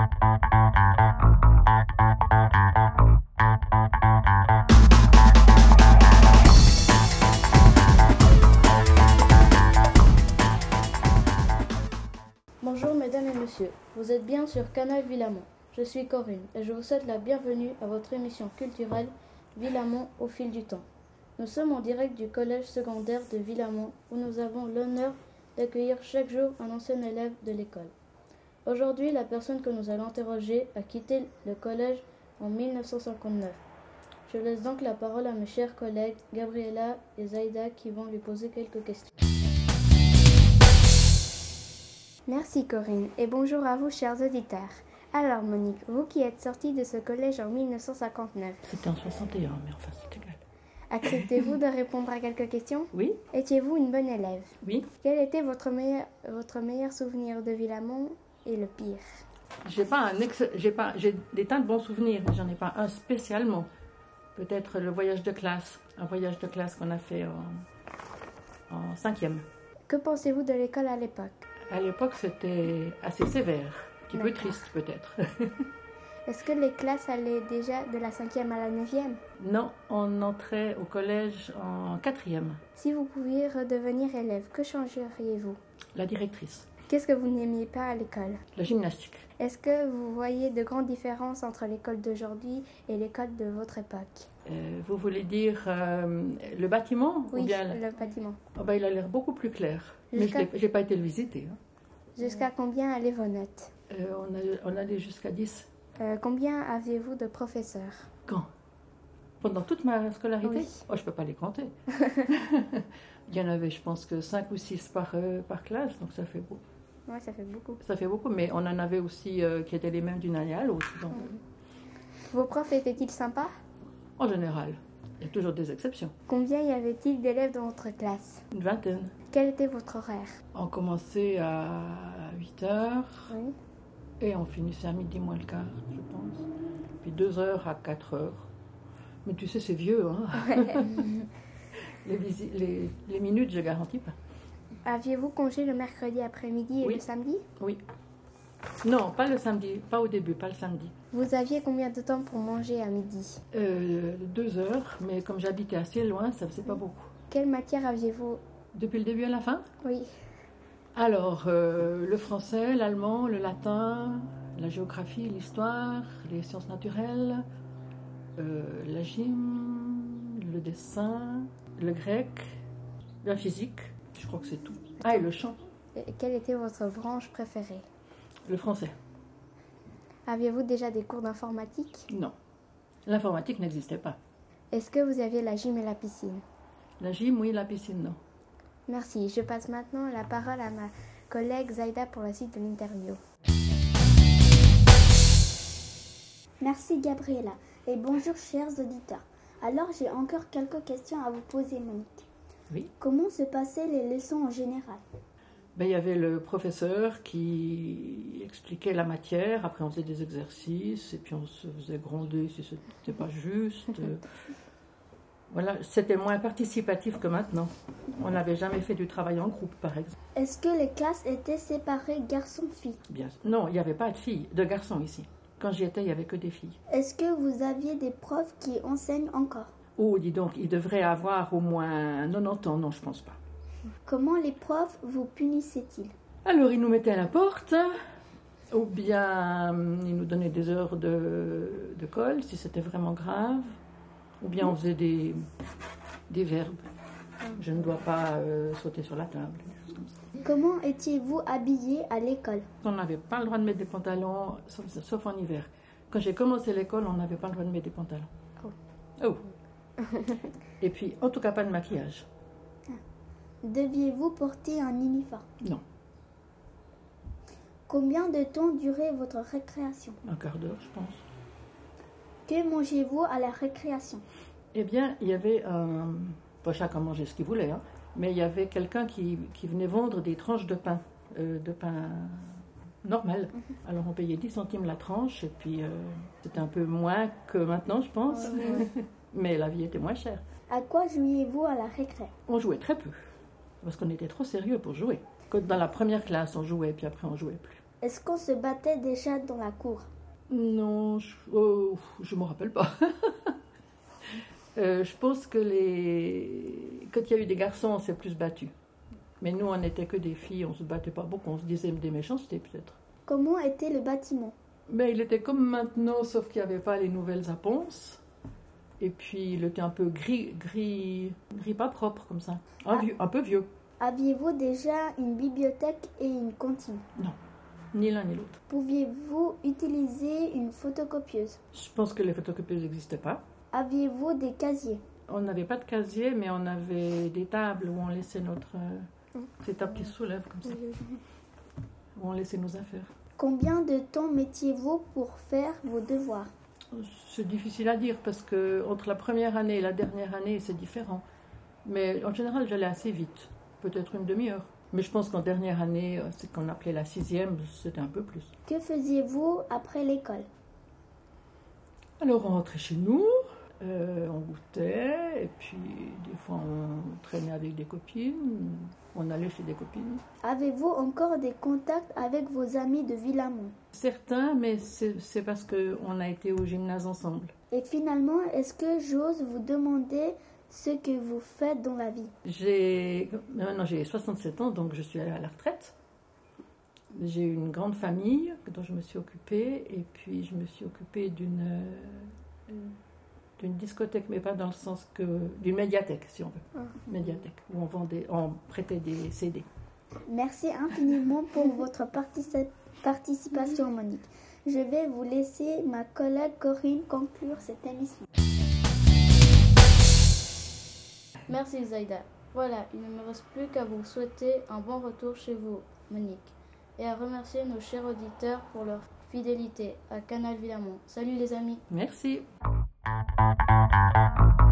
Bonjour mesdames et messieurs, vous êtes bien sur Canal Villamont. Je suis Corinne et je vous souhaite la bienvenue à votre émission culturelle Villamont au fil du temps. Nous sommes en direct du collège secondaire de Villamont où nous avons l'honneur d'accueillir chaque jour un ancien élève de l'école. Aujourd'hui, la personne que nous allons interroger a quitté le collège en 1959. Je laisse donc la parole à mes chers collègues Gabriela et Zaïda qui vont lui poser quelques questions. Merci Corinne et bonjour à vous chers auditeurs. Alors Monique, vous qui êtes sortie de ce collège en 1959. C'était en 61, mais enfin c'est égal. Acceptez-vous de répondre à quelques questions? Oui. Étiez-vous une bonne élève? Oui. Quel était votre meilleur souvenir de Villamont et le pire? J'ai des tas de bons souvenirs, mais j'en ai pas un spécialement. Peut-être le voyage de classe, un voyage de classe qu'on a fait en 5e. Que pensez-vous de l'école à l'époque? À l'époque, c'était assez sévère, un petit peu D'accord. triste peut-être. Est-ce que les classes allaient déjà de la 5e à la 9e? Non, on entrait au collège en 4e. Si vous pouviez redevenir élève, que changeriez-vous? La directrice, Qu'est-ce que vous n'aimiez pas à l'école? la gymnastique. Est-ce que vous voyez de grandes différences entre l'école d'aujourd'hui et l'école de votre époque? Vous voulez dire le bâtiment Oui, ou bien le bâtiment. Oh ben, il a l'air beaucoup plus clair. Mais Jusqu'à- je n'ai pas été le visiter. Hein. Jusqu'à combien allaient vos notes? On allait jusqu'à 10. Combien aviez-vous de professeurs? Quand? Pendant toute ma scolarité? Oui. Oh, je ne peux pas les compter. Il y en avait, je pense, que 5 ou 6 par classe, donc ça fait beaucoup. Oui, ça fait beaucoup. Ça fait beaucoup, mais on en avait aussi qui étaient les mêmes d'une année à l'autre. Donc, Vos profs étaient-ils sympas? en général, il y a toujours des exceptions. Combien y avait-il d'élèves dans votre classe? Une vingtaine. Quel était votre horaire? On commençait à 8 heures Oui. et on finissait à midi moins le quart, je pense. Puis 2 heures à 4 heures. Mais tu sais, c'est vieux, hein? Les minutes, je garantis pas. Aviez-vous congé le mercredi après-midi et Oui. le samedi? Oui. Non, pas le samedi, pas au début, pas le samedi. Vous aviez combien de temps pour manger à midi? 2 heures, mais comme j'habitais assez loin, ça faisait pas beaucoup. Quelle matière aviez-vous? Depuis le début à la fin? Oui. Alors, le français, l'allemand, le latin, la géographie, l'histoire, les sciences naturelles, la gym, le dessin, le grec, la physique, je crois que c'est tout. Ah, et le chant, Et quelle était votre branche préférée? le français. Aviez-vous déjà des cours d'informatique? Non, l'informatique n'existait pas. Est-ce que vous aviez la gym et la piscine? La gym, oui, la piscine, non. Merci. Je passe maintenant la parole à ma collègue Zaïda pour la suite de l'interview. Merci Gabriela et bonjour chers auditeurs. Alors j'ai encore quelques questions à vous poser Monique. Oui. Comment se passaient les leçons en général? Ben, il y avait le professeur qui expliquait la matière, après on faisait des exercices, et puis on se faisait gronder si ce n'était pas juste. Voilà, c'était moins participatif que maintenant. On n'avait jamais fait du travail en groupe, par exemple. Est-ce que les classes étaient séparées garçons-filles? Bien. Non, il n'y avait pas de filles, de garçons ici. Quand j'y étais, il n'y avait que des filles. Est-ce que vous aviez des profs qui enseignent encore? Oh, dis donc, il devrait avoir au moins 90 ans, non, je pense pas. Comment les profs vous punissaient-ils? Alors, il nous mettait à la porte, ou bien il nous donnait des heures de colle, si c'était vraiment grave, ou bien on faisait des verbes. Je ne dois pas sauter sur la table, des choses comme ça. Comment étiez-vous habillés à l'école? On n'avait pas le droit de mettre des pantalons, sauf en hiver. Quand j'ai commencé l'école, on n'avait pas le droit de mettre des pantalons. Oh. Et puis, en tout cas, pas de maquillage. Deviez-vous porter un uniforme? Non, Combien de temps durait votre récréation? un quart d'heure, je pense. Que mangez-vous à la récréation? Eh bien, il y avait un... Pas chacun mangeait ce qu'il voulait, hein, mais il y avait quelqu'un qui venait vendre des tranches de pain normal. Alors, on payait 10 centimes la tranche, et puis c'était un peu moins que maintenant, je pense. Mais la vie était moins chère. À quoi jouiez-vous à la récré? On jouait très peu, parce qu'on était trop sérieux pour jouer. Quand dans la première classe, on jouait, puis après, on jouait plus. Est-ce qu'on se battait déjà dans la cour? Non, je me rappelle pas. Je pense que quand il y a eu des garçons, on s'est plus battus. Mais nous, on n'était que des filles, on se battait pas beaucoup, on se disait des méchancetés peut-être. Comment était le bâtiment? Mais il était comme maintenant, sauf qu'il n'y avait pas les nouvelles apponces. Et puis il était un peu gris pas propre comme ça. Un peu vieux. Aviez-vous déjà une bibliothèque et une cantine? Non, ni l'un ni l'autre. Pouviez-vous utiliser une photocopieuse? Je pense que les photocopieuses n'existaient pas. Aviez-vous des casiers? On n'avait pas de casier, mais on avait des tables où on laissait ces tables qui se soulèvent comme ça. Où on laissait nos affaires. Combien de temps mettiez-vous pour faire vos devoirs? C'est difficile à dire parce que entre la première année et la dernière année, c'est différent. Mais en général, j'allais assez vite, peut-être une demi-heure. Mais je pense qu'en dernière année, c'est qu'on appelait la 6e, c'était un peu plus. Que faisiez-vous après l'école? Alors on rentrait chez nous, on goûtait, et puis des fois on traînait avec des copines, on allait chez des copines. Avez-vous encore des contacts avec vos amis de Villamont? Certains, mais c'est parce qu'on a été au gymnase ensemble. Et finalement, est-ce que j'ose vous demander ce que vous faites dans la vie? Maintenant j'ai 67 ans, donc je suis à la retraite. J'ai eu une grande famille dont je me suis occupée, et puis je me suis occupée d'une discothèque, mais pas dans le sens que... d'une médiathèque, si on veut. Médiathèque, où on prêtait des CD. Merci infiniment pour votre participation, Monique. Je vais vous laisser ma collègue Corinne conclure cette émission. Merci Zaïda. Voilà, il ne me reste plus qu'à vous souhaiter un bon retour chez vous, Monique, et à remercier nos chers auditeurs pour leur fidélité à Canal Villamont. Salut les amis. Merci.